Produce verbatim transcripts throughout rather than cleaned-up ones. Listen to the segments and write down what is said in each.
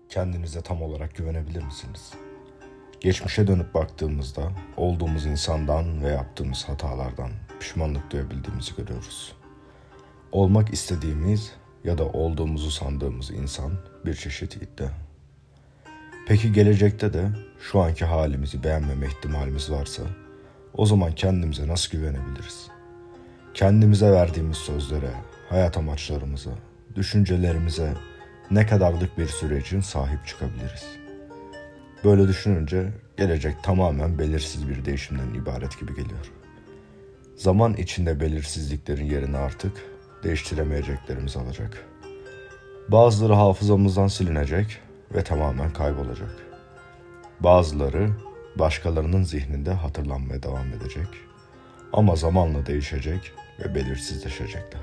Kendinize tam olarak güvenebilir misiniz? Geçmişe dönüp baktığımızda olduğumuz insandan ve yaptığımız hatalardan pişmanlık duyabildiğimizi görüyoruz. Olmak istediğimiz ya da olduğumuzu sandığımız insan bir çeşit iddia. Peki gelecekte de şu anki halimizi beğenmeme ihtimalimiz varsa o zaman kendimize nasıl güvenebiliriz? Kendimize verdiğimiz sözlere, hayat amaçlarımıza, düşüncelerimize ne kadarlık bir süre için sahip çıkabiliriz? Böyle düşününce gelecek tamamen belirsiz bir değişimden ibaret gibi geliyor. Zaman içinde belirsizliklerin yerini artık değiştiremeyeceklerimiz alacak. Bazıları hafızamızdan silinecek ve tamamen kaybolacak. Bazıları başkalarının zihninde hatırlanmaya devam edecek ama zamanla değişecek ve belirsizleşecekler.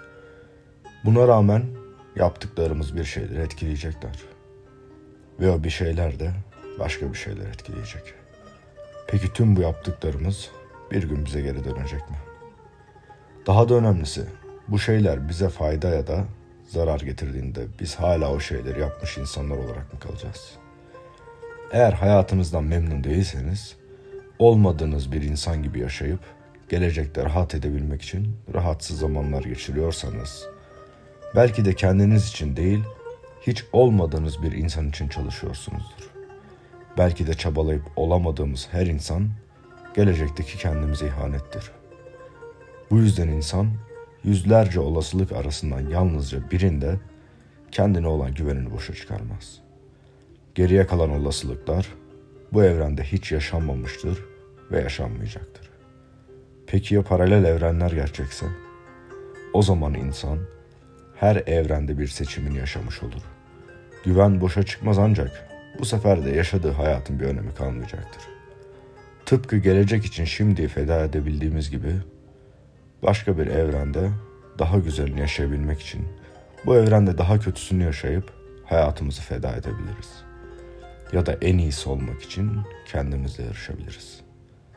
Buna rağmen yaptıklarımız bir şeyleri etkileyecekler. Ve o bir şeyler de başka bir şeyler etkileyecek. Peki tüm bu yaptıklarımız bir gün bize geri dönecek mi? Daha da önemlisi, bu şeyler bize fayda ya da zarar getirdiğinde biz hala o şeyleri yapmış insanlar olarak mı kalacağız? Eğer hayatınızdan memnun değilseniz, olmadığınız bir insan gibi yaşayıp gelecekte rahat edebilmek için rahatsız zamanlar geçiriyorsanız, belki de kendiniz için değil, hiç olmadığınız bir insan için çalışıyorsunuzdur. Belki de çabalayıp olamadığımız her insan, gelecekteki kendimize ihanettir. Bu yüzden insan, yüzlerce olasılık arasından yalnızca birinde kendine olan güvenini boşa çıkarmaz. Geriye kalan olasılıklar, bu evrende hiç yaşanmamıştır ve yaşanmayacaktır. Peki ya paralel evrenler gerçekse? O zaman insan, her evrende bir seçimini yaşamış olur. Güven boşa çıkmaz ancak bu sefer de yaşadığı hayatın bir önemi kalmayacaktır. Tıpkı gelecek için şimdi feda edebildiğimiz gibi başka bir evrende daha güzelini yaşayabilmek için bu evrende daha kötüsünü yaşayıp hayatımızı feda edebiliriz. Ya da en iyisi olmak için kendimizle yarışabiliriz.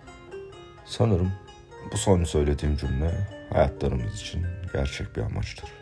Sanırım bu son söylediğim cümle hayatlarımız için gerçek bir amaçtır.